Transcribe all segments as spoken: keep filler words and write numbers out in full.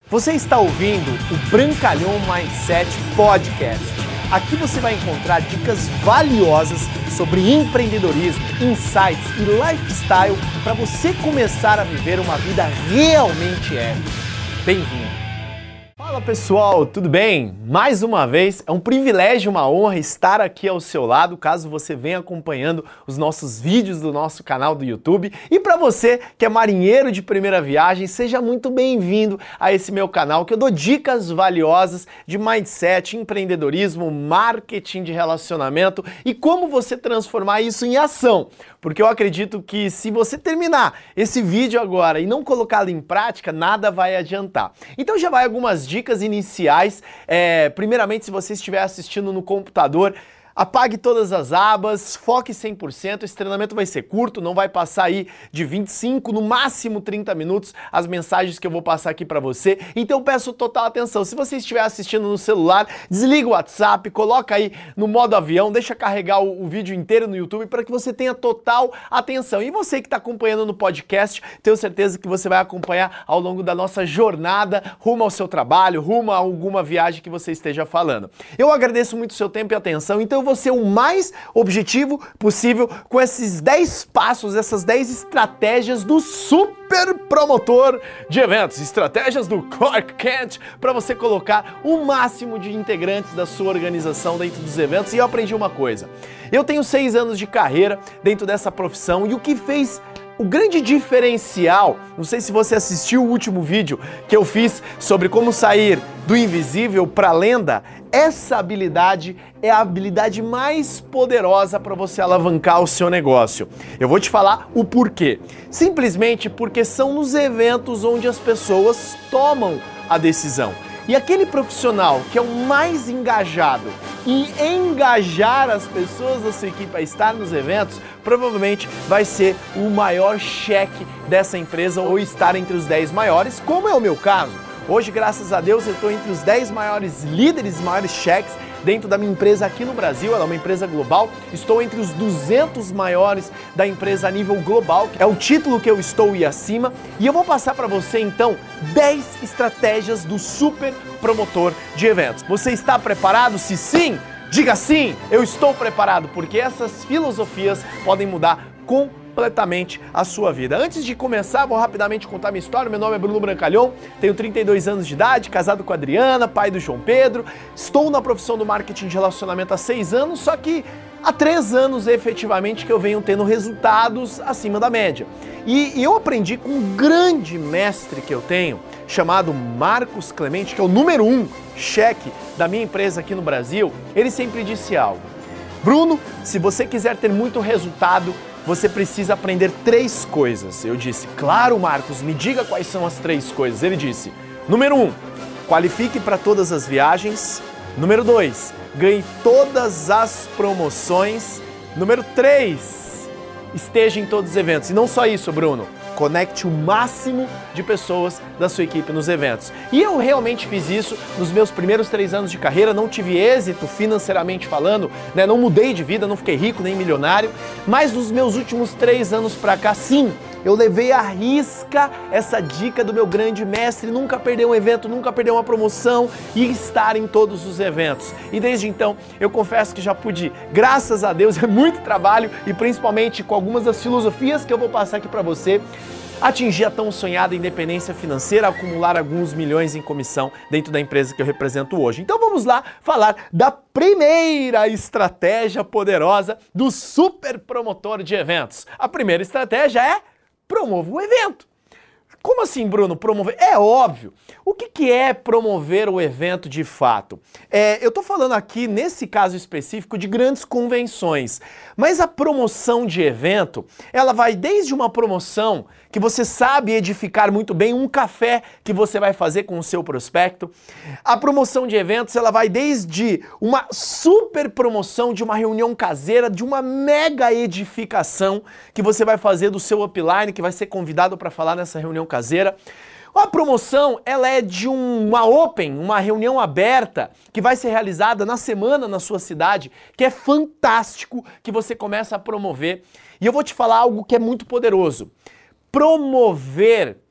Você está ouvindo o Brancalhão Mindset Podcast. Aqui você vai encontrar dicas valiosas sobre empreendedorismo, insights e lifestyle para você começar a viver uma vida realmente épica. Bem-vindo! Fala pessoal, tudo bem? Mais uma vez, é um privilégio, uma honra estar aqui ao seu lado, caso você venha acompanhando os nossos vídeos do nosso canal do YouTube. E para você que é marinheiro de primeira viagem, seja muito bem-vindo a esse meu canal, que eu dou dicas valiosas de mindset, empreendedorismo, marketing de relacionamento e como você transformar isso em ação. Porque eu acredito que se você terminar esse vídeo agora e não colocá-lo em prática, nada vai adiantar. Então já vai algumas dicas iniciais. É, primeiramente, se você estiver assistindo no computador, apague todas as abas, foque cem por cento, esse treinamento vai ser curto, não vai passar aí de vinte e cinco, no máximo trinta minutos, as mensagens que eu vou passar aqui para você. Então peço total atenção. Se você estiver assistindo no celular, desliga o WhatsApp, coloca aí no modo avião, deixa carregar o, o vídeo inteiro no YouTube para que você tenha total atenção. E você que está acompanhando no podcast, tenho certeza que você vai acompanhar ao longo da nossa jornada rumo ao seu trabalho, rumo a alguma viagem que você esteja falando. Eu agradeço muito o seu tempo e atenção, então eu vou ser o mais objetivo possível com esses dez passos, essas dez estratégias do super promotor de eventos, estratégias do Clark Kent para você colocar o máximo de integrantes da sua organização dentro dos eventos. E eu aprendi uma coisa, eu tenho seis anos de carreira dentro dessa profissão e o que fez o grande diferencial, não sei se você assistiu o último vídeo que eu fiz sobre como sair do invisível para a lenda, essa habilidade é a habilidade mais poderosa para você alavancar o seu negócio. Eu vou te falar o porquê. Simplesmente porque são nos eventos onde as pessoas tomam a decisão. E aquele profissional que é o mais engajado em engajar as pessoas da sua equipe a estar nos eventos, provavelmente vai ser o maior cheque dessa empresa ou estar entre os dez maiores, como é o meu caso. Hoje, graças a Deus, eu estou entre os dez maiores líderes, maiores cheques dentro da minha empresa aqui no Brasil. Ela é uma empresa global. Estou entre os duzentos maiores da empresa a nível global. É o título que eu estou e acima. E eu vou passar para você, então, dez estratégias do super promotor de eventos. Você está preparado? Se sim, diga sim, eu estou preparado, porque essas filosofias podem mudar com completamente a sua vida. Antes de começar, vou rapidamente contar minha história. Meu nome é Bruno Brancalhão, tenho trinta e dois anos de idade, casado com a Adriana, pai do João Pedro. Estou na profissão do marketing de relacionamento há seis anos, só que há três anos efetivamente que eu venho tendo resultados acima da média. E, e eu aprendi com um grande mestre que eu tenho, chamado Marcos Clemente, que é o número um cheque da minha empresa aqui no Brasil. Ele sempre disse algo: Bruno, se você quiser ter muito resultado, você precisa aprender três coisas. Eu disse, claro, Marcos, me diga quais são as três coisas. Ele disse, número um, qualifique para todas as viagens. Número dois, ganhe todas as promoções. Número três, esteja em todos os eventos. E não só isso, Bruno, conecte o máximo de pessoas da sua equipe nos eventos. E eu realmente fiz isso nos meus primeiros três anos de carreira, não tive êxito financeiramente falando, né? Não mudei de vida, não fiquei rico nem milionário, mas nos meus últimos três anos pra cá, sim, eu levei à risca essa dica do meu grande mestre, nunca perder um evento, nunca perder uma promoção e estar em todos os eventos. E desde então, eu confesso que já pude, graças a Deus, é muito trabalho e principalmente com algumas das filosofias que eu vou passar aqui para você, atingir a tão sonhada independência financeira, acumular alguns milhões em comissão dentro da empresa que eu represento hoje. Então vamos lá falar da primeira estratégia poderosa do super promotor de eventos. A primeira estratégia é: promova o evento. Como assim, Bruno, promover? É óbvio. O que, que é promover o evento de fato? É, eu estou falando aqui, nesse caso específico, de grandes convenções. Mas a promoção de evento, ela vai desde uma promoção que você sabe edificar muito bem, um café que você vai fazer com o seu prospecto. A promoção de eventos, ela vai desde uma super promoção de uma reunião caseira, de uma mega edificação que você vai fazer do seu upline, que vai ser convidado para falar nessa reunião caseira. A promoção, ela é de um, uma open, uma reunião aberta que vai ser realizada na semana na sua cidade, que é fantástico, que você começa a promover. E eu vou te falar algo que é muito poderoso. Promover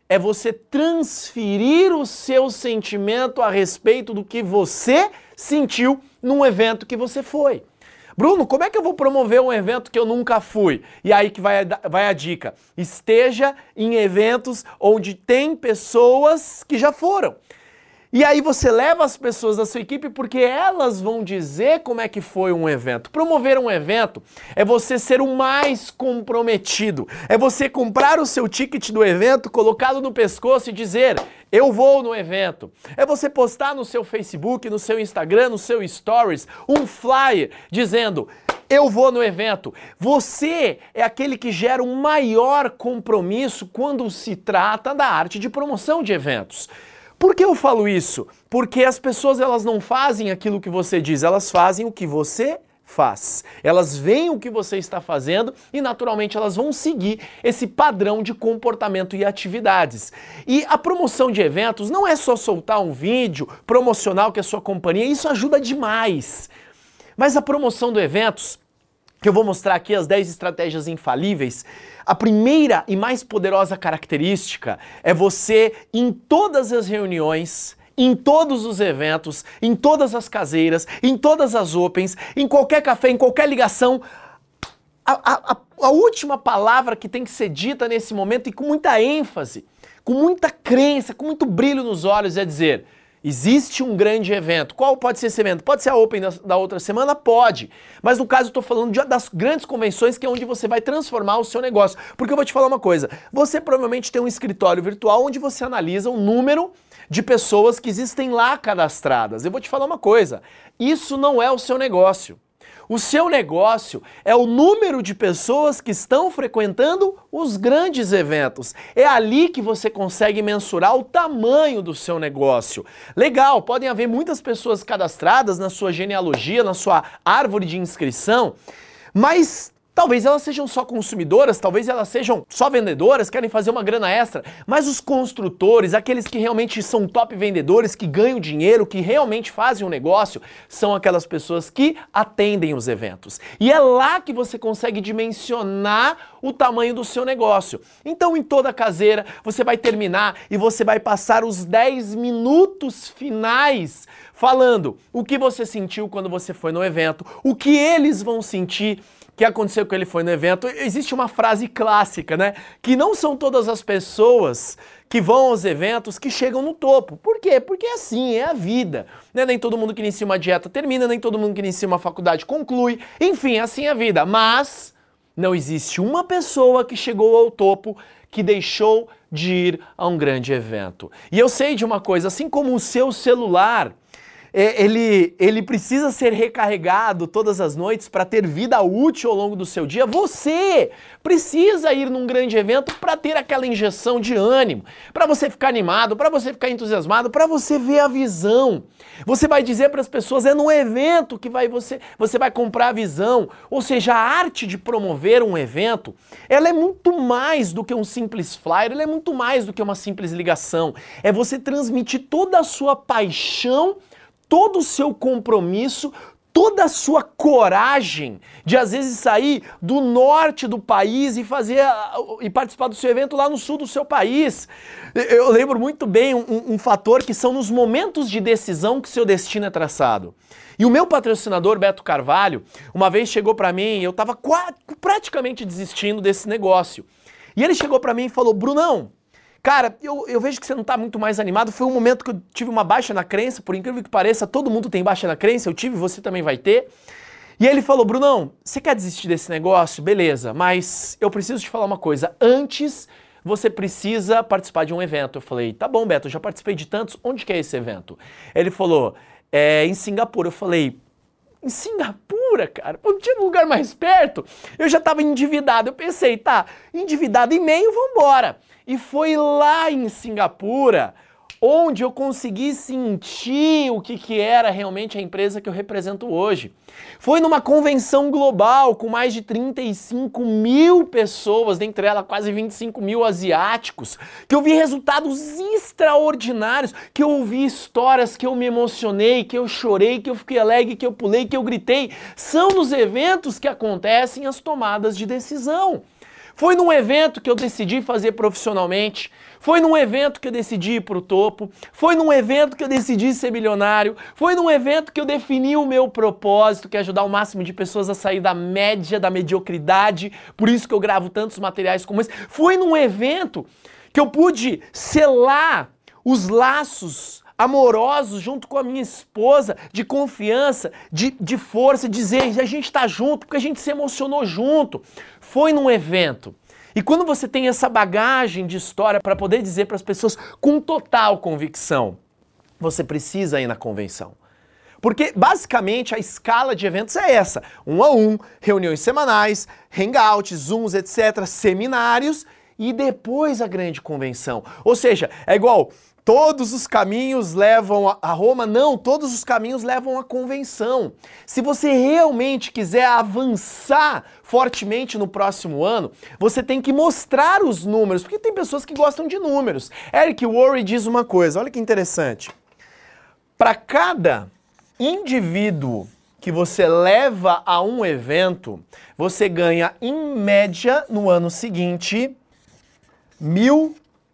é você transferir o seu sentimento a respeito do que você sentiu num evento que você foi. Bruno, como é que eu vou promover um evento que eu nunca fui? E aí que vai a, vai a dica. Esteja em eventos onde tem pessoas que já foram. E aí você leva as pessoas da sua equipe porque elas vão dizer como é que foi um evento. Promover um evento é você ser o mais comprometido. É você comprar o seu ticket do evento, colocá-lo no pescoço e dizer: eu vou no evento. É você postar no seu Facebook, no seu Instagram, no seu Stories, um flyer dizendo: eu vou no evento. Você é aquele que gera um maior compromisso quando se trata da arte de promoção de eventos. Por que eu falo isso? Porque as pessoas elas não fazem aquilo que você diz, elas fazem o que você faz. Elas veem o que você está fazendo e naturalmente elas vão seguir esse padrão de comportamento e atividades. E a promoção de eventos não é só soltar um vídeo promocional que é a sua companhia, isso ajuda demais. Mas a promoção de eventos, que eu vou mostrar aqui as dez estratégias infalíveis, a primeira e mais poderosa característica é você, em todas as reuniões, em todos os eventos, em todas as caseiras, em todas as opens, em qualquer café, em qualquer ligação, a, a, a última palavra que tem que ser dita nesse momento e com muita ênfase, com muita crença, com muito brilho nos olhos é dizer: existe um grande evento. Qual pode ser esse evento? Pode ser a Open da, da outra semana? Pode. Mas no caso eu estou falando de, das grandes convenções, que é onde você vai transformar o seu negócio. Porque eu vou te falar uma coisa. Você provavelmente tem um escritório virtual onde você analisa o número de pessoas que existem lá cadastradas. Eu vou te falar uma coisa. Isso não é o seu negócio. O seu negócio é o número de pessoas que estão frequentando os grandes eventos. É ali que você consegue mensurar o tamanho do seu negócio. Legal, podem haver muitas pessoas cadastradas na sua genealogia, na sua árvore de inscrição, mas talvez elas sejam só consumidoras, talvez elas sejam só vendedoras, querem fazer uma grana extra, mas os construtores, aqueles que realmente são top vendedores, que ganham dinheiro, que realmente fazem um negócio, são aquelas pessoas que atendem os eventos. E é lá que você consegue dimensionar o tamanho do seu negócio. Então, em toda caseira, você vai terminar e você vai passar os dez minutos finais falando o que você sentiu quando você foi no evento, o que eles vão sentir que aconteceu quando ele foi no evento. Existe uma frase clássica, né? Que não são todas as pessoas que vão aos eventos que chegam no topo. Por quê? Porque é assim, é a vida. Né? Nem todo mundo que inicia uma dieta termina, nem todo mundo que inicia uma faculdade conclui. Enfim, assim é a vida. Mas não existe uma pessoa que chegou ao topo que deixou de ir a um grande evento. E eu sei de uma coisa, assim como o seu celular, Ele, ele precisa ser recarregado todas as noites para ter vida útil ao longo do seu dia. Você precisa ir num grande evento para ter aquela injeção de ânimo, para você ficar animado, para você ficar entusiasmado, para você ver a visão. Você vai dizer para as pessoas, é no evento que vai você, você vai comprar a visão. Ou seja, a arte de promover um evento, ela é muito mais do que um simples flyer, ela é muito mais do que uma simples ligação. É você transmitir toda a sua paixão, todo o seu compromisso, toda a sua coragem de às vezes sair do norte do país e fazer e participar do seu evento lá no sul do seu país. Eu lembro muito bem um, um fator que são nos momentos de decisão que seu destino é traçado. E o meu patrocinador, Beto Carvalho, uma vez chegou para mim, eu estava praticamente desistindo desse negócio. E ele chegou para mim e falou: Brunão, cara, eu, eu vejo que você não está muito mais animado. Foi um momento que eu tive uma baixa na crença, por incrível que pareça, todo mundo tem baixa na crença, eu tive, você também vai ter. E aí ele falou: Brunão, você quer desistir desse negócio? Beleza, mas eu preciso te falar uma coisa. Antes, você precisa participar de um evento. Eu falei: tá bom, Beto, eu já participei de tantos, onde que é esse evento? Ele falou: é em Singapura. Eu falei: em Singapura, cara? Não tinha lugar mais perto? Eu já estava endividado. Eu pensei: tá, endividado e meio, vambora. E foi lá em Singapura onde eu consegui sentir o que, que era realmente a empresa que eu represento hoje. Foi numa convenção global com mais de trinta e cinco mil pessoas, dentre elas quase vinte e cinco mil asiáticos, que eu vi resultados extraordinários, que eu ouvi histórias, que eu me emocionei, que eu chorei, que eu fiquei alegre, que eu pulei, que eu gritei. São nos eventos que acontecem as tomadas de decisão. Foi num evento que eu decidi fazer profissionalmente, Foi num evento que eu decidi ir para o topo, foi num evento que eu decidi ser milionário, foi num evento que eu defini o meu propósito, que é ajudar o máximo de pessoas a sair da média, da mediocridade, por isso que eu gravo tantos materiais como esse. Foi num evento que eu pude selar os laços amorosos junto com a minha esposa, de confiança, de, de força, dizer a gente está junto, porque a gente se emocionou junto. Foi num evento. E quando você tem essa bagagem de história para poder dizer para as pessoas com total convicção, você precisa ir na convenção. Porque, basicamente, a escala de eventos é essa. Um a um, reuniões semanais, hangouts, zooms, etcétera, seminários e depois a grande convenção. Ou seja, é igual... Todos os caminhos levam a Roma? Não, todos os caminhos levam à convenção. Se você realmente quiser avançar fortemente no próximo ano, você tem que mostrar os números, porque tem pessoas que gostam de números. Eric Worre diz uma coisa, olha que interessante. Para cada indivíduo que você leva a um evento, você ganha, em média, no ano seguinte, mil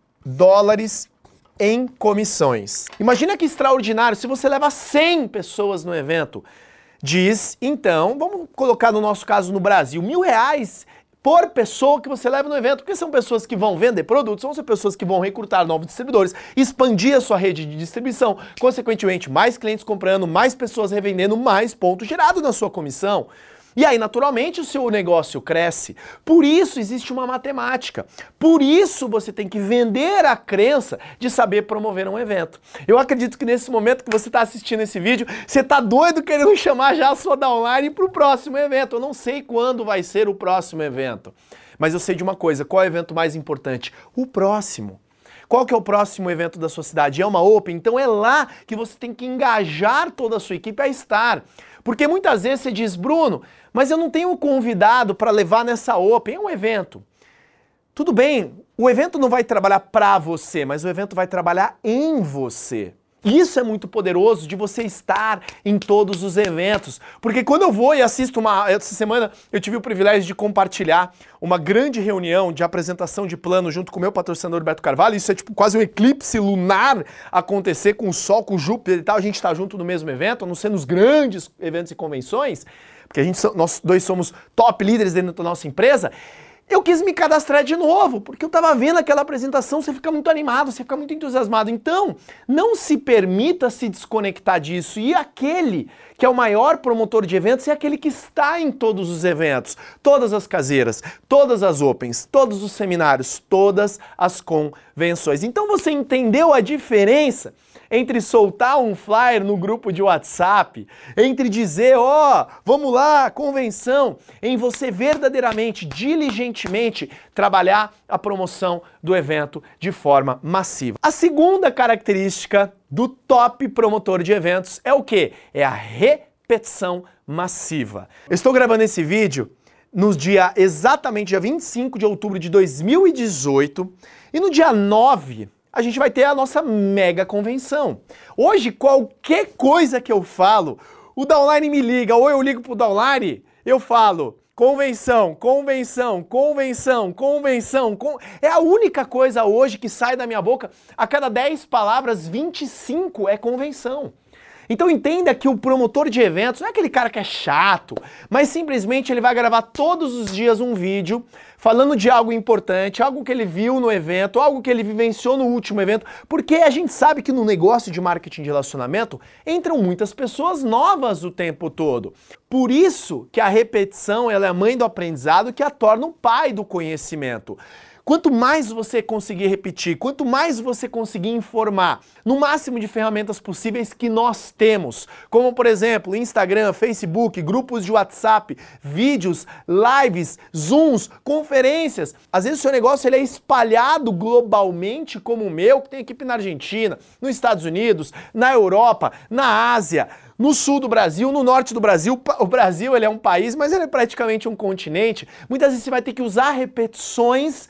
dólares em comissões. Imagina que extraordinário se você leva cem pessoas no evento. Diz, então, vamos colocar no nosso caso no Brasil, mil reais por pessoa que você leva no evento, porque são pessoas que vão vender produtos, vão ser pessoas que vão recrutar novos distribuidores, expandir a sua rede de distribuição, consequentemente, mais clientes comprando, mais pessoas revendendo, mais ponto gerado na sua comissão. E aí, naturalmente, o seu negócio cresce. Por isso existe uma matemática. Por isso você tem que vender a crença de saber promover um evento. Eu acredito que nesse momento que você está assistindo esse vídeo, você está doido querendo chamar já a sua downline para o próximo evento. Eu não sei quando vai ser o próximo evento. Mas eu sei de uma coisa, qual é o evento mais importante? O próximo. Qual que é o próximo evento da sua cidade? É uma Open? Então é lá que você tem que engajar toda a sua equipe a estar. Porque muitas vezes você diz, Bruno, mas eu não tenho convidado para levar nessa Open, é um evento. Tudo bem, o evento não vai trabalhar para você, mas o evento vai trabalhar em você. Isso é muito poderoso de você estar em todos os eventos. Porque quando eu vou e assisto uma... Essa semana eu tive o privilégio de compartilhar uma grande reunião de apresentação de plano junto com o meu patrocinador Beto Carvalho. Isso é tipo quase um eclipse lunar acontecer com o Sol, com o Júpiter e tal. A gente está junto no mesmo evento, a não ser nos grandes eventos e convenções, porque a gente, nós dois somos top líderes dentro da nossa empresa. Eu quis me cadastrar de novo, porque eu estava vendo aquela apresentação, você fica muito animado, você fica muito entusiasmado. Então, não se permita se desconectar disso. E aquele que é o maior promotor de eventos é aquele que está em todos os eventos, todas as caseiras, todas as opens, todos os seminários, todas as convenções. Então você entendeu a diferença entre soltar um flyer no grupo de WhatsApp, entre dizer, ó, oh, vamos lá, convenção, em você verdadeiramente, diligentemente, trabalhar a promoção do evento de forma massiva. A segunda característica do top promotor de eventos é o quê? É a repetição massiva. Eu estou gravando esse vídeo no dia, exatamente dia vinte e cinco de outubro de dois mil e dezoito, e no dia nove, a gente vai ter a nossa mega convenção. Hoje, qualquer coisa que eu falo, o downline me liga, ou eu ligo pro downline, eu falo convenção, convenção, convenção, convenção, con... é a única coisa hoje que sai da minha boca, a cada dez palavras, vinte e cinco é convenção. Então entenda que o promotor de eventos não é aquele cara que é chato, mas simplesmente ele vai gravar todos os dias um vídeo falando de algo importante, algo que ele viu no evento, algo que ele vivenciou no último evento, porque a gente sabe que no negócio de marketing de relacionamento entram muitas pessoas novas o tempo todo. Por isso que a repetição ela é a mãe do aprendizado que a torna o pai do conhecimento. Quanto mais você conseguir repetir, quanto mais você conseguir informar, no máximo de ferramentas possíveis que nós temos, como por exemplo, Instagram, Facebook, grupos de WhatsApp, vídeos, lives, Zooms, conferências. Às vezes o seu negócio ele é espalhado globalmente como o meu, que tem equipe na Argentina, nos Estados Unidos, na Europa, na Ásia, no sul do Brasil, no norte do Brasil. O Brasil ele é um país, mas ele é praticamente um continente. Muitas vezes você vai ter que usar repetições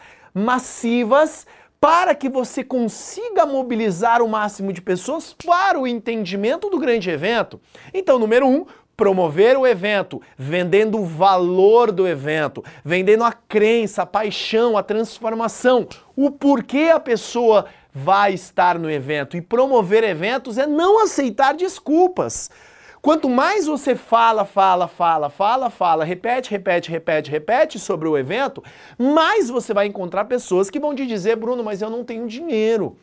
massivas para que você consiga mobilizar o máximo de pessoas para o entendimento do grande evento. Então, número um, promover o evento, vendendo o valor do evento, vendendo a crença, a paixão, a transformação, o porquê a pessoa vai estar no evento. E promover eventos é não aceitar desculpas. Quanto mais você fala, fala, fala, fala, fala, repete, repete, repete, repete sobre o evento, mais você vai encontrar pessoas que vão te dizer: Bruno, mas eu não tenho dinheiro.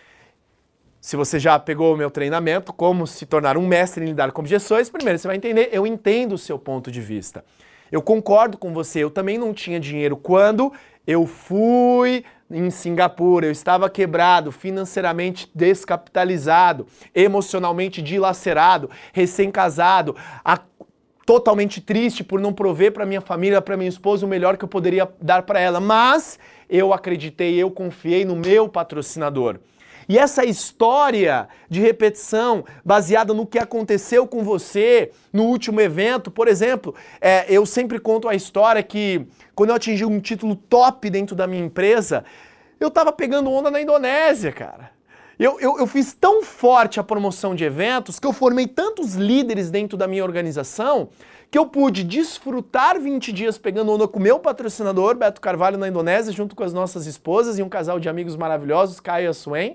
Se você já pegou o meu treinamento, como se tornar um mestre em lidar com objeções, primeiro você vai entender, eu entendo o seu ponto de vista. Eu concordo com você, eu também não tinha dinheiro quando eu fui em Singapura, eu estava quebrado, financeiramente descapitalizado, emocionalmente dilacerado, recém-casado, a... totalmente triste por não prover para minha família, para minha esposa o melhor que eu poderia dar para ela, mas eu acreditei, eu confiei no meu patrocinador. E essa história de repetição baseada no que aconteceu com você no último evento, por exemplo, é, eu sempre conto a história que quando eu atingi um título top dentro da minha empresa, eu estava pegando onda na Indonésia, cara. Eu, eu, eu fiz tão forte a promoção de eventos que eu formei tantos líderes dentro da minha organização que eu pude desfrutar vinte dias pegando onda com o meu patrocinador, Beto Carvalho, na Indonésia, junto com as nossas esposas e um casal de amigos maravilhosos, Caio e a Suen.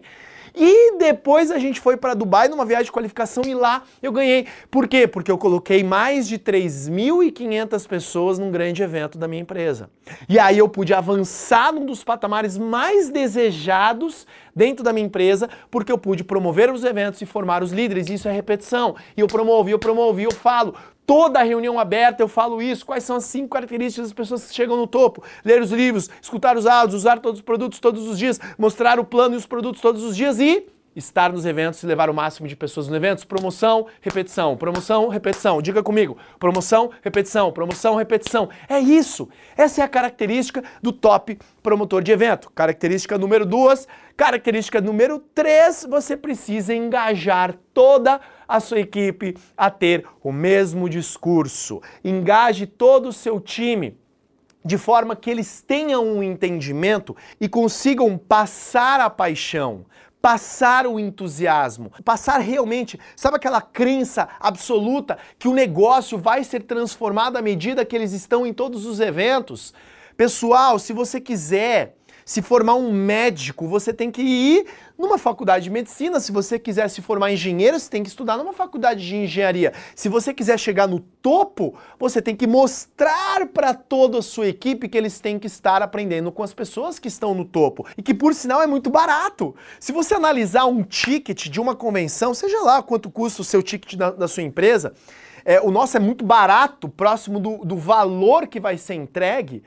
E depois a gente foi para Dubai numa viagem de qualificação e lá eu ganhei. Por quê? Porque eu coloquei mais de três mil e quinhentas pessoas num grande evento da minha empresa. E aí eu pude avançar num dos patamares mais desejados dentro da minha empresa, porque eu pude promover os eventos e formar os líderes. Isso é repetição. E eu promovo, e eu promovo, e eu falo. Toda reunião aberta eu falo isso. Quais são as cinco características das pessoas que chegam no topo? Ler os livros, escutar os áudios, usar todos os produtos todos os dias, mostrar o plano e os produtos todos os dias e estar nos eventos e levar o máximo de pessoas nos eventos. Promoção, repetição, promoção, repetição. Diga comigo. Promoção, repetição, promoção, repetição. É isso. Essa é a característica do top promotor de evento. Característica número duas. Característica número três. Você precisa engajar toda a sua equipe a ter o mesmo discurso. Engaje todo o seu time de forma que eles tenham um entendimento e consigam passar a paixão, passar o entusiasmo, passar realmente, sabe aquela crença absoluta que o negócio vai ser transformado à medida que eles estão em todos os eventos? Pessoal, se você quiser se formar um médico, você tem que ir numa faculdade de medicina. Se você quiser se formar engenheiro, você tem que estudar numa faculdade de engenharia. Se você quiser chegar no topo, você tem que mostrar para toda a sua equipe que eles têm que estar aprendendo com as pessoas que estão no topo. E que, por sinal, é muito barato. Se você analisar um ticket de uma convenção, seja lá quanto custa o seu ticket da, da sua empresa, é, o nosso é muito barato, próximo do, do valor que vai ser entregue.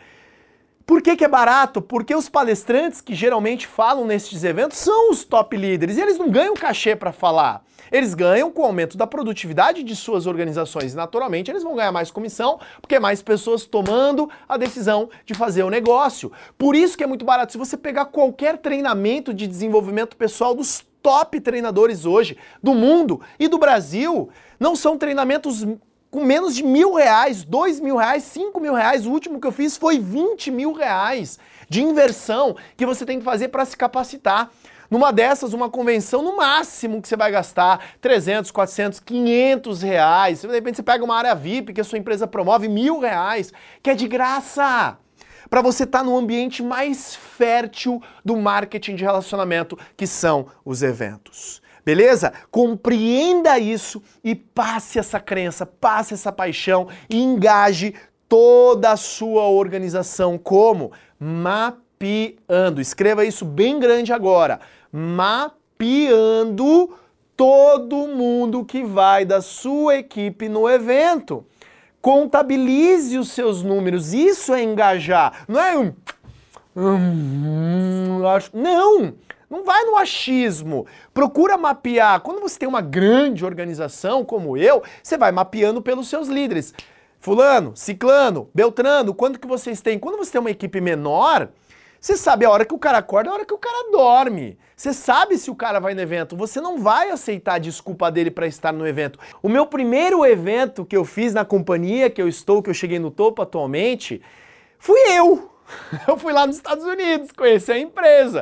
Por que que é barato? Porque os palestrantes que geralmente falam nesses eventos são os top líderes e eles não ganham cachê para falar. Eles ganham com o aumento da produtividade de suas organizações e naturalmente eles vão ganhar mais comissão porque mais pessoas tomando a decisão de fazer o negócio. Por isso que é muito barato. Se você pegar qualquer treinamento de desenvolvimento pessoal dos top treinadores hoje do mundo e do Brasil, não são treinamentos com menos de mil reais, dois mil reais, cinco mil reais. O último que eu fiz foi vinte mil reais de inversão que você tem que fazer para se capacitar. Numa dessas, uma convenção, no máximo que você vai gastar trezentos, quatrocentos, quinhentos reais. De repente você pega uma área V I P que a sua empresa promove mil reais, que é de graça, para você estar no ambiente mais fértil do marketing de relacionamento, que são os eventos. Beleza? Compreenda isso e passe essa crença, passe essa paixão e engaje toda a sua organização. Como? Mapeando. Escreva isso bem grande agora. Mapeando todo mundo que vai da sua equipe no evento. Contabilize os seus números. Isso é engajar. Não é um... Hum, acho... Não! Não vai no achismo. Procura mapear. Quando você tem uma grande organização como eu, você vai mapeando pelos seus líderes. Fulano, Ciclano, Beltrano, quanto que vocês têm? Quando você tem uma equipe menor, você sabe a hora que o cara acorda, a hora que o cara dorme. Você sabe se o cara vai no evento. Você não vai aceitar a desculpa dele para estar no evento. O meu primeiro evento que eu fiz na companhia que eu estou, que eu cheguei no topo atualmente, fui eu. Eu fui lá nos Estados Unidos conhecer a empresa.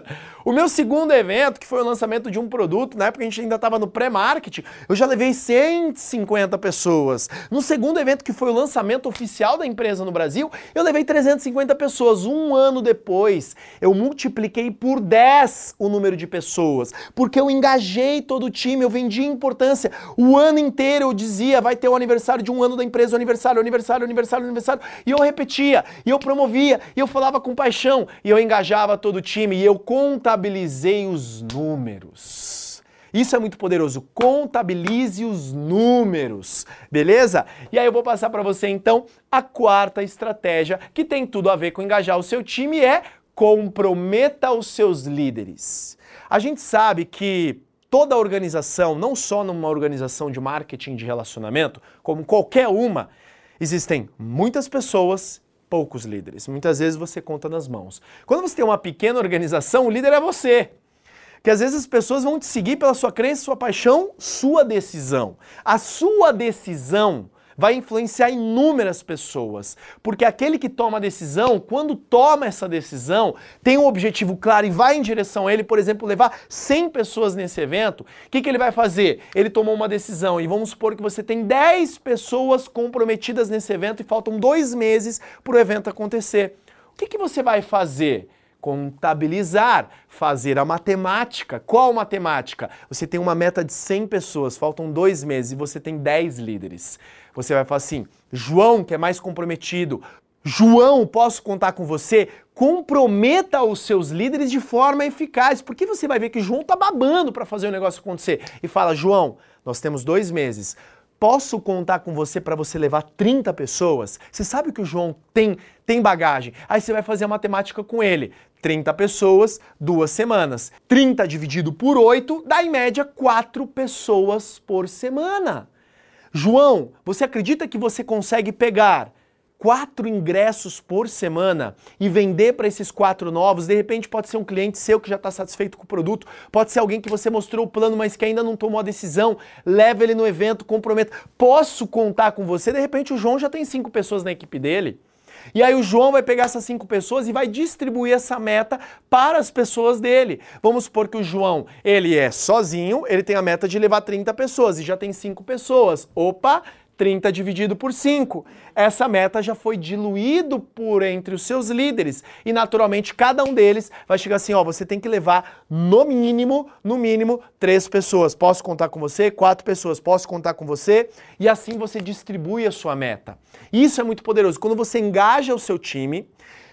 O meu segundo evento, que foi o lançamento de um produto, na época a gente ainda estava no pré-marketing, eu já levei cento e cinquenta pessoas. No segundo evento, que foi o lançamento oficial da empresa no Brasil, eu levei trezentas e cinquenta pessoas. Um ano depois, eu multipliquei por dez o número de pessoas, porque eu engajei todo o time, eu vendi importância. O ano inteiro eu dizia, vai ter o aniversário de um ano da empresa, o aniversário, aniversário, aniversário, aniversário, e eu repetia, e eu promovia, e eu falava com paixão, e eu engajava todo o time, e eu contabilizei os números. Isso é muito poderoso, contabilize os números, beleza? E aí eu vou passar para você então a quarta estratégia, que tem tudo a ver com engajar o seu time, é comprometa os seus líderes. A gente sabe que toda organização, não só numa organização de marketing de relacionamento, como qualquer uma, existem muitas pessoas, poucos líderes. Muitas vezes você conta nas mãos. Quando você tem uma pequena organização, o líder é você. Que às vezes as pessoas vão te seguir pela sua crença, sua paixão, sua decisão. A sua decisão vai influenciar inúmeras pessoas, porque aquele que toma a decisão, quando toma essa decisão, tem um objetivo claro e vai em direção a ele, por exemplo, levar cem pessoas nesse evento, o que, que ele vai fazer? Ele tomou uma decisão e vamos supor que você tem dez pessoas comprometidas nesse evento e faltam dois meses para o evento acontecer. O que, que você vai fazer? Contabilizar, fazer a matemática. Qual matemática? Você tem uma meta de cem pessoas, faltam dois meses e você tem dez líderes. Você vai falar assim, João, que é mais comprometido, João, posso contar com você? Comprometa os seus líderes de forma eficaz, porque você vai ver que João tá babando para fazer o negócio acontecer. E fala, João, nós temos dois meses. Posso contar com você para você levar trinta pessoas? Você sabe que o João tem, tem bagagem. Aí você vai fazer a matemática com ele. trinta pessoas, duas semanas. trinta dividido por oito dá em média quatro pessoas por semana. João, você acredita que você consegue pegar quatro ingressos por semana e vender para esses quatro novos? De repente pode ser um cliente seu que já está satisfeito com o produto, pode ser alguém que você mostrou o plano, mas que ainda não tomou a decisão, leva ele no evento, comprometa. Posso contar com você? De repente o João já tem cinco pessoas na equipe dele. E aí o João vai pegar essas cinco pessoas e vai distribuir essa meta para as pessoas dele. Vamos supor que o João, ele é sozinho, ele tem a meta de levar trinta pessoas e já tem cinco pessoas. Opa! trinta dividido por cinco. Essa meta já foi diluído por entre os seus líderes e naturalmente cada um deles vai chegar assim, ó, você tem que levar no mínimo, no mínimo, três pessoas. Posso contar com você? Quatro pessoas. Posso contar com você? E assim você distribui a sua meta. Isso é muito poderoso. Quando você engaja o seu time,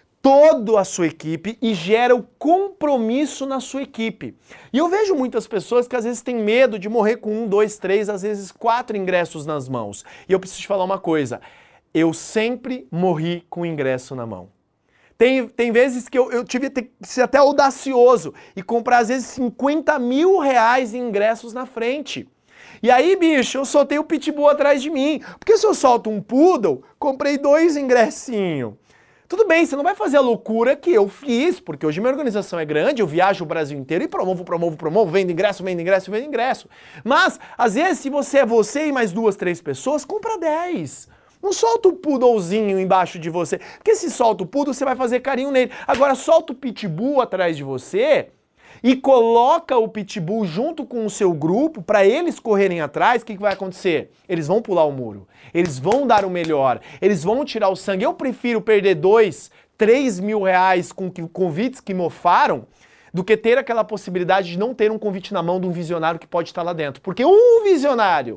toda a sua equipe e gera o compromisso na sua equipe. E eu vejo muitas pessoas que às vezes têm medo de morrer com um, dois, três, às vezes quatro ingressos nas mãos. E eu preciso te falar uma coisa, eu sempre morri com o ingresso na mão. Tem, tem vezes que eu, eu tive que ser até audacioso e comprar às vezes cinquenta mil reais em ingressos na frente. E aí, bicho, eu soltei o pitbull atrás de mim. Porque se eu solto um poodle, comprei dois ingressinhos. Tudo bem, você não vai fazer a loucura que eu fiz, porque hoje minha organização é grande, eu viajo o Brasil inteiro e promovo, promovo, promovo, vendo ingresso, vendo ingresso, vendo ingresso. Mas, às vezes, se você é você e mais duas, três pessoas, compra dez. Não solta o poodlezinho embaixo de você, porque se solta o poodle, você vai fazer carinho nele. Agora, solta o pitbull atrás de você e coloca o pitbull junto com o seu grupo para eles correrem atrás, o que, que vai acontecer? Eles vão pular o muro, eles vão dar o melhor, eles vão tirar o sangue. Eu prefiro perder dois, três mil reais com convites que mofaram do que ter aquela possibilidade de não ter um convite na mão de um visionário que pode estar lá dentro. Porque um visionário,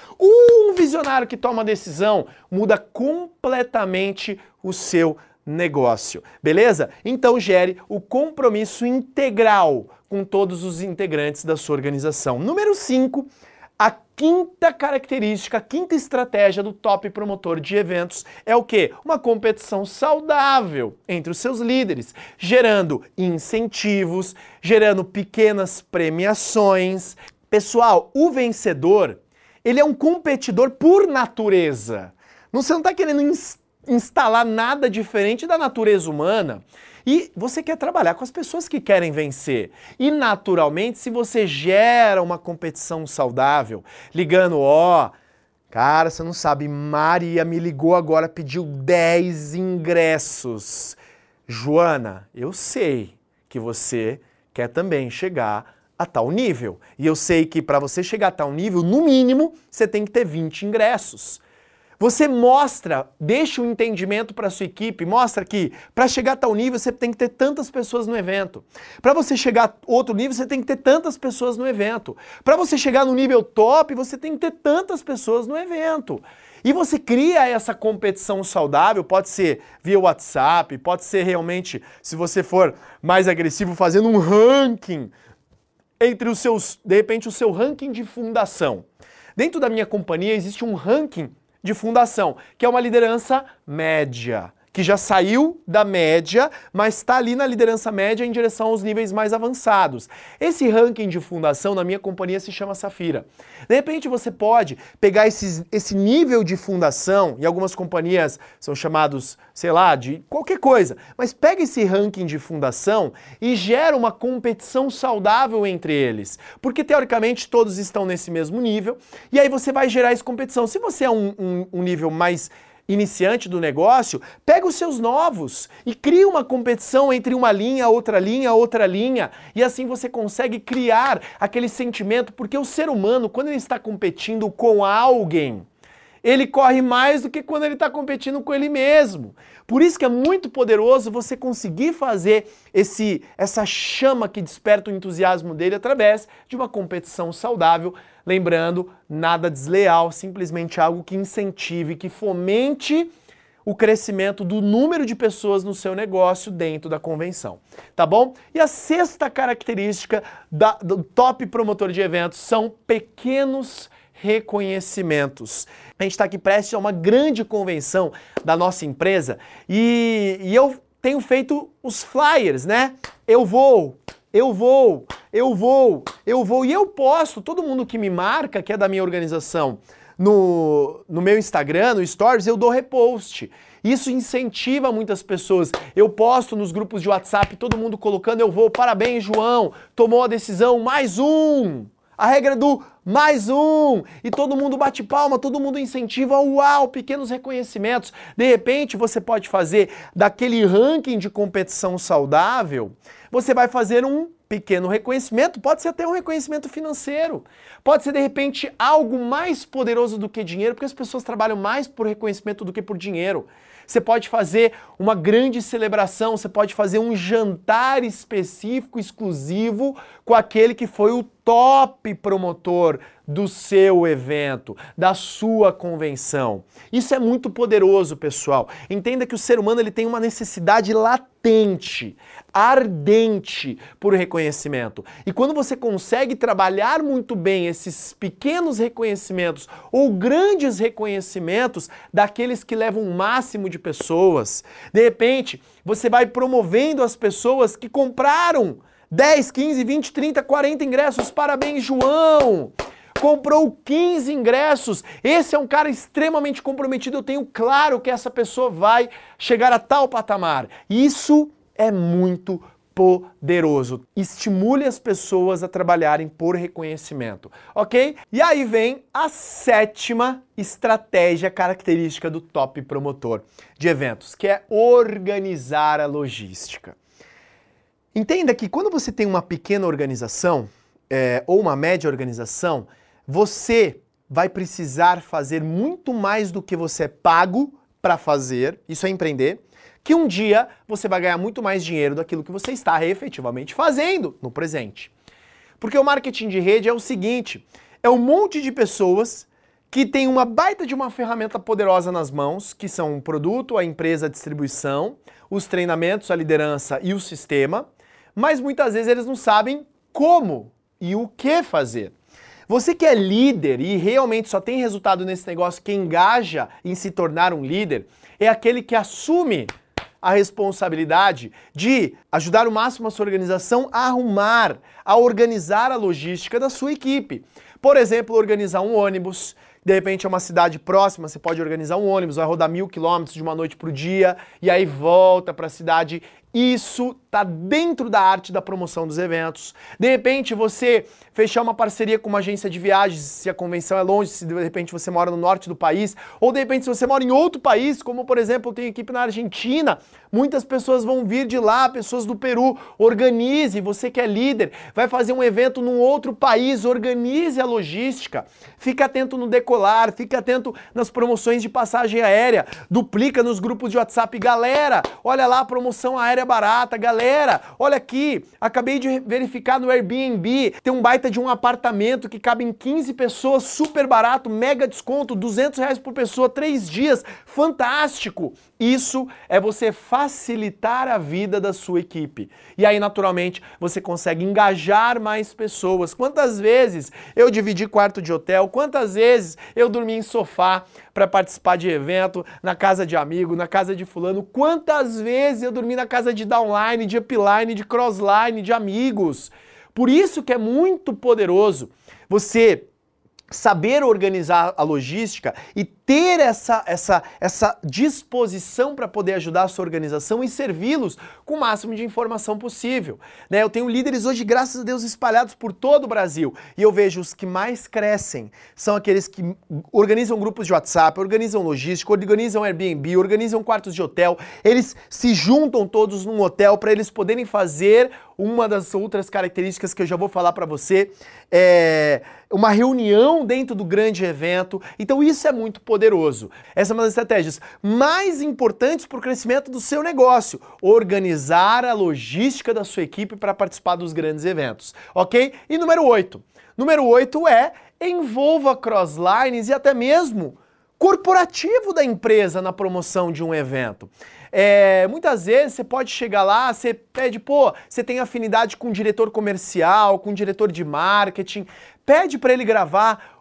um visionário que toma decisão muda completamente o seu negócio, beleza? Então gere o compromisso integral com todos os integrantes da sua organização. Número cinco, a quinta característica, a quinta estratégia do top promotor de eventos é o quê? Uma competição saudável entre os seus líderes, gerando incentivos, gerando pequenas premiações. Pessoal, o vencedor, ele é um competidor por natureza. Não, você não está querendo instalar nada diferente da natureza humana. E você quer trabalhar com as pessoas que querem vencer. E naturalmente, se você gera uma competição saudável, ligando, ó, cara, você não sabe, Maria me ligou agora, pediu dez ingressos. Joana, eu sei que você quer também chegar a tal nível. E eu sei que para você chegar a tal nível, no mínimo, você tem que ter vinte ingressos. Você mostra, deixa o um entendimento para a sua equipe, mostra que para chegar a tal nível você tem que ter tantas pessoas no evento. Para você chegar a outro nível você tem que ter tantas pessoas no evento. Para você chegar no nível top você tem que ter tantas pessoas no evento. E você cria essa competição saudável, pode ser via WhatsApp, pode ser realmente, se você for mais agressivo, fazendo um ranking entre os seus, de repente, o seu ranking de fundação. Dentro da minha companhia existe um ranking de fundação, que é uma liderança média, que já saiu da média, mas está ali na liderança média em direção aos níveis mais avançados. Esse ranking de fundação na minha companhia se chama Safira. De repente você pode pegar esses, esse nível de fundação, e algumas companhias são chamados, sei lá, de qualquer coisa, mas pega esse ranking de fundação e gera uma competição saudável entre eles, porque teoricamente todos estão nesse mesmo nível, e aí você vai gerar essa competição. Se você é um, um, um nível mais iniciante do negócio, pega os seus novos e cria uma competição entre uma linha, outra linha, outra linha, e assim você consegue criar aquele sentimento, porque o ser humano, quando ele está competindo com alguém, ele corre mais do que quando ele está competindo com ele mesmo. Por isso que é muito poderoso você conseguir fazer esse, essa chama que desperta o entusiasmo dele através de uma competição saudável. Lembrando, nada desleal, simplesmente algo que incentive, que fomente o crescimento do número de pessoas no seu negócio dentro da convenção, tá bom? E a sexta característica da, do top promotor de eventos são pequenos reconhecimentos. A gente está aqui prestes a uma grande convenção da nossa empresa e, e eu tenho feito os flyers, né? Eu vou, eu vou, eu vou, eu vou e eu posto, todo mundo que me marca, que é da minha organização, no, no meu Instagram, no Stories, eu dou repost. Isso incentiva muitas pessoas. Eu posto nos grupos de WhatsApp, todo mundo colocando eu vou, parabéns João, tomou a decisão, mais um. A regra do mais um, e todo mundo bate palma, todo mundo incentiva, uau, pequenos reconhecimentos. De repente você pode fazer daquele ranking de competição saudável, você vai fazer um pequeno reconhecimento, pode ser até um reconhecimento financeiro, pode ser de repente algo mais poderoso do que dinheiro, porque as pessoas trabalham mais por reconhecimento do que por dinheiro. Você pode fazer uma grande celebração, você pode fazer um jantar específico, exclusivo, com aquele que foi o top promotor do seu evento, da sua convenção. Isso é muito poderoso, pessoal. Entenda que o ser humano ele tem uma necessidade latente, ardente por reconhecimento. E quando você consegue trabalhar muito bem esses pequenos reconhecimentos ou grandes reconhecimentos daqueles que levam o máximo de pessoas, de repente você vai promovendo as pessoas que compraram dez, quinze, vinte, trinta, quarenta ingressos. Parabéns, João! Comprou quinze ingressos. Esse é um cara extremamente comprometido. Eu tenho claro que essa pessoa vai chegar a tal patamar. Isso é muito poderoso. Estimule as pessoas a trabalharem por reconhecimento, ok? E aí vem a sétima estratégia característica do top promotor de eventos, que é organizar a logística. Entenda que quando você tem uma pequena organização, é, ou uma média organização, você vai precisar fazer muito mais do que você é pago para fazer, isso é empreender, que um dia você vai ganhar muito mais dinheiro daquilo que você está efetivamente fazendo no presente. Porque o marketing de rede é o seguinte, é um monte de pessoas que tem uma baita de uma ferramenta poderosa nas mãos, que são o produto, a empresa, a distribuição, os treinamentos, a liderança e o sistema, mas muitas vezes eles não sabem como e o que fazer. Você que é líder e realmente só tem resultado nesse negócio, que engaja em se tornar um líder, é aquele que assume a responsabilidade de ajudar o máximo a sua organização a arrumar, a organizar a logística da sua equipe. Por exemplo, organizar um ônibus. De repente é uma cidade próxima, você pode organizar um ônibus, vai rodar mil quilômetros de uma noite para o dia, e aí volta para a cidade Isso está dentro da arte da promoção dos eventos. De repente você fechar uma parceria com uma agência de viagens, se a convenção é longe, se de repente você mora no norte do país, ou de repente se você mora em outro país, como por exemplo eu tenho equipe na Argentina, muitas pessoas vão vir de lá, pessoas do Peru. Organize, você que é líder, vai fazer um evento num outro país, organize a logística. Fica atento no decolar, fica atento nas promoções de passagem aérea, duplica nos grupos de WhatsApp. Galera, olha lá a promoção aérea barata, galera, olha aqui, acabei de verificar no Airbnb, tem um baita de um apartamento que cabe em quinze pessoas, super barato, mega desconto, duzentos reais por pessoa, três dias, fantástico. Isso é você facilitar a vida da sua equipe. E aí, naturalmente, você consegue engajar mais pessoas. Quantas vezes eu dividi quarto de hotel, quantas vezes eu dormi em sofá para participar de evento, na casa de amigo, na casa de fulano, quantas vezes eu dormi na casa de downline, de upline, de crossline, de amigos. Por isso que é muito poderoso você saber organizar a logística e ter essa, essa, essa disposição para poder ajudar a sua organização e servi-los com o máximo de informação possível. Né? Eu tenho líderes hoje, graças a Deus, espalhados por todo o Brasil, e eu vejo os que mais crescem são aqueles que organizam grupos de WhatsApp, organizam logística, organizam Airbnb, organizam quartos de hotel, eles se juntam todos num hotel para eles poderem fazer uma das outras características que eu já vou falar para você, é uma reunião dentro do grande evento. Então isso é muito poderoso. Essa é uma das estratégias mais importantes para o crescimento do seu negócio. Organizar a logística da sua equipe para participar dos grandes eventos, ok? E número oito. Número oito é envolva crosslines e até mesmo corporativo da empresa na promoção de um evento. É, muitas vezes você pode chegar lá, você pede, pô, você tem afinidade com o diretor comercial, com o diretor de marketing, pede para ele gravar,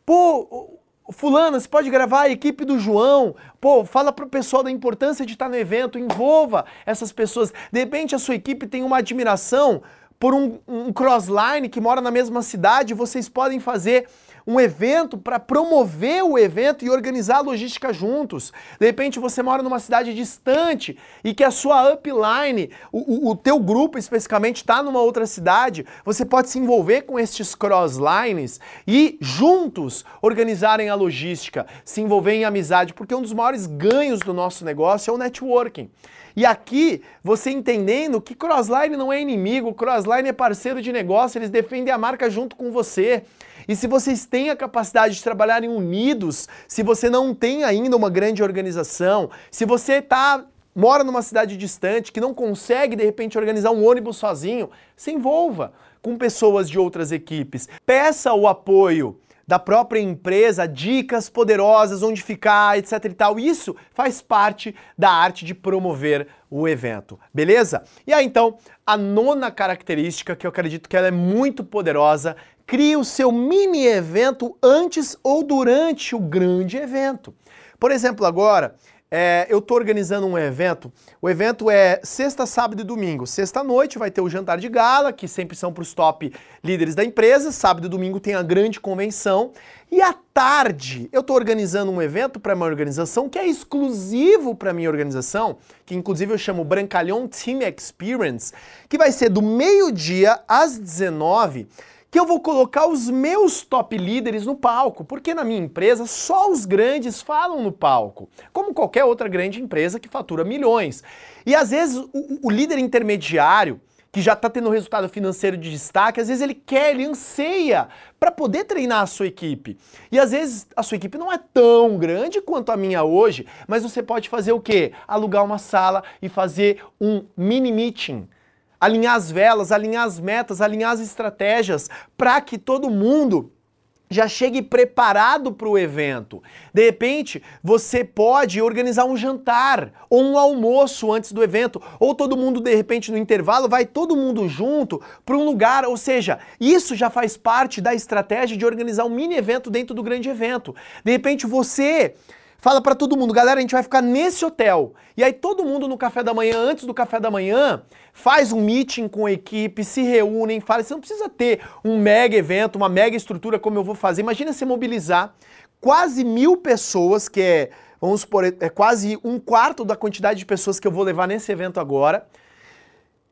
pô, fulano, você pode gravar a equipe do João, pô, fala pro pessoal da importância de estar no evento, envolva essas pessoas. De repente a sua equipe tem uma admiração por um, um crossline que mora na mesma cidade, vocês podem fazer um evento para promover o evento e organizar a logística juntos. De repente você mora numa cidade distante e que a sua upline, o, o, o teu grupo especificamente está numa outra cidade, você pode se envolver com estes crosslines e juntos organizarem a logística, se envolver em amizade, porque um dos maiores ganhos do nosso negócio é o networking. E aqui, você entendendo que crossline não é inimigo, crossline é parceiro de negócio, eles defendem a marca junto com você. E se vocês têm a capacidade de trabalharem unidos, se você não tem ainda uma grande organização, se você tá, mora numa cidade distante, que não consegue de repente organizar um ônibus sozinho, se envolva com pessoas de outras equipes. Peça o apoio da própria empresa, dicas poderosas, onde ficar, etc e tal. Isso faz parte da arte de promover o evento, beleza? E aí então, a nona característica, que eu acredito que ela é muito poderosa, crie o seu mini evento antes ou durante o grande evento. Por exemplo, agora, É, eu estou organizando um evento, o evento é sexta, sábado e domingo. Sexta noite vai ter o jantar de gala, que sempre são para os top líderes da empresa, sábado e domingo tem a grande convenção, e à tarde eu estou organizando um evento para minha organização que é exclusivo para minha organização, que inclusive eu chamo Brancalhão Team Experience, que vai ser do meio-dia às dezenove, que eu vou colocar os meus top líderes no palco, porque na minha empresa só os grandes falam no palco, como qualquer outra grande empresa que fatura milhões. E às vezes o, o líder intermediário, que já está tendo um resultado financeiro de destaque, às vezes ele quer, ele anseia para poder treinar a sua equipe. E às vezes a sua equipe não é tão grande quanto a minha hoje, mas você pode fazer o quê? Alugar uma sala e fazer um mini meeting. Alinhar as velas, alinhar as metas, alinhar as estratégias, para que todo mundo já chegue preparado para o evento. De repente, você pode organizar um jantar ou um almoço antes do evento, ou todo mundo, de repente, no intervalo, vai todo mundo junto para um lugar, ou seja, isso já faz parte da estratégia de organizar um mini evento dentro do grande evento. De repente, você fala para todo mundo, galera, a gente vai ficar nesse hotel. E aí todo mundo no café da manhã, antes do café da manhã, faz um meeting com a equipe, se reúnem, fala, você não precisa ter um mega evento, uma mega estrutura como eu vou fazer. Imagina você mobilizar quase mil pessoas, que é, vamos supor, é quase um quarto da quantidade de pessoas que eu vou levar nesse evento agora.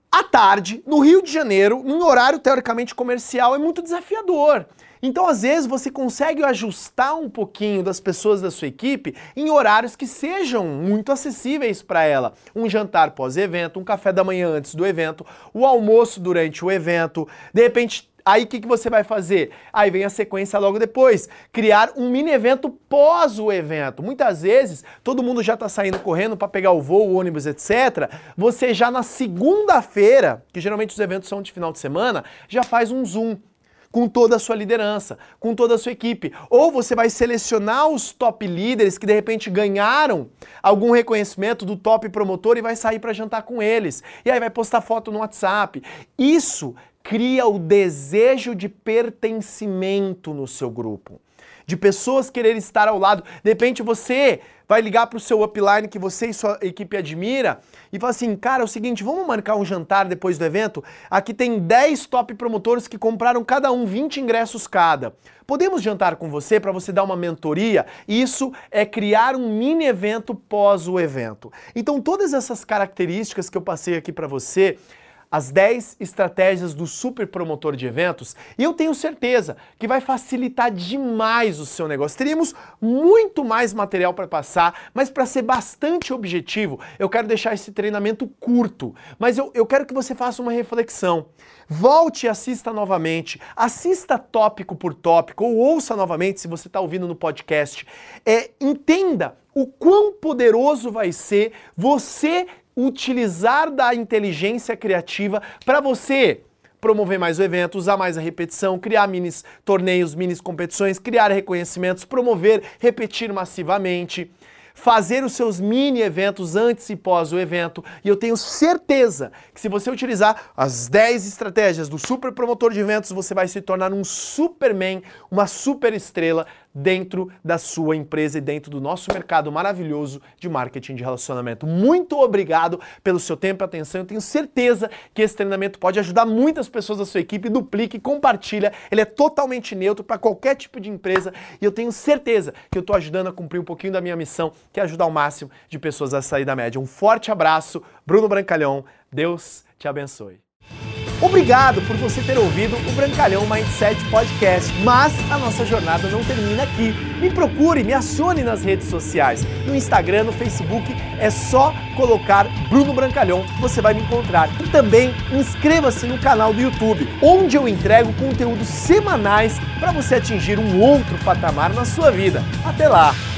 À tarde, no Rio de Janeiro, num horário teoricamente comercial, é muito desafiador. Então, às vezes, você consegue ajustar um pouquinho das pessoas da sua equipe em horários que sejam muito acessíveis para ela. Um jantar pós-evento, um café da manhã antes do evento, o almoço durante o evento, de repente. Aí o que, que você vai fazer? Aí vem a sequência logo depois. Criar um mini evento pós o evento. Muitas vezes, todo mundo já está saindo correndo para pegar o voo, o ônibus, etcétera. Você já na segunda-feira, que geralmente os eventos são de final de semana, já faz um Zoom com toda a sua liderança, com toda a sua equipe. Ou você vai selecionar os top líderes que de repente ganharam algum reconhecimento do top promotor e vai sair para jantar com eles. E aí vai postar foto no WhatsApp. Isso cria o desejo de pertencimento no seu grupo, de pessoas quererem estar ao lado. De repente você vai ligar para o seu upline que você e sua equipe admira e fala assim, cara, é o seguinte, vamos marcar um jantar depois do evento? Aqui tem dez top promotores que compraram cada um vinte ingressos cada. Podemos jantar com você para você dar uma mentoria? Isso é criar um mini evento pós o evento. Então todas essas características que eu passei aqui para você, as dez estratégias do super promotor de eventos, e eu tenho certeza que vai facilitar demais o seu negócio. Teríamos muito mais material para passar, mas para ser bastante objetivo, eu quero deixar esse treinamento curto, mas eu, eu quero que você faça uma reflexão. Volte e assista novamente, assista tópico por tópico, ou ouça novamente se você está ouvindo no podcast. É, entenda o quão poderoso vai ser você utilizar da inteligência criativa para você promover mais o evento, usar mais a repetição, criar minis torneios, minis competições, criar reconhecimentos, promover, repetir massivamente, fazer os seus mini eventos antes e pós o evento. E eu tenho certeza que se você utilizar as dez estratégias do super promotor de eventos, você vai se tornar um superman, uma super estrela dentro da sua empresa e dentro do nosso mercado maravilhoso de marketing de relacionamento. Muito obrigado pelo seu tempo e atenção. Eu tenho certeza que esse treinamento pode ajudar muitas pessoas da sua equipe. Duplique, compartilha. Ele é totalmente neutro para qualquer tipo de empresa e eu tenho certeza que eu estou ajudando a cumprir um pouquinho da minha missão, que é ajudar o máximo de pessoas a sair da média. Um forte abraço, Bruno Brancalhão. Deus te abençoe. Obrigado por você ter ouvido o Brancalhão Mindset Podcast, mas a nossa jornada não termina aqui. Me procure, me acione nas redes sociais. No Instagram, no Facebook, é só colocar Bruno Brancalhão, você vai me encontrar. E também inscreva-se no canal do YouTube, onde eu entrego conteúdos semanais para você atingir um outro patamar na sua vida. Até lá!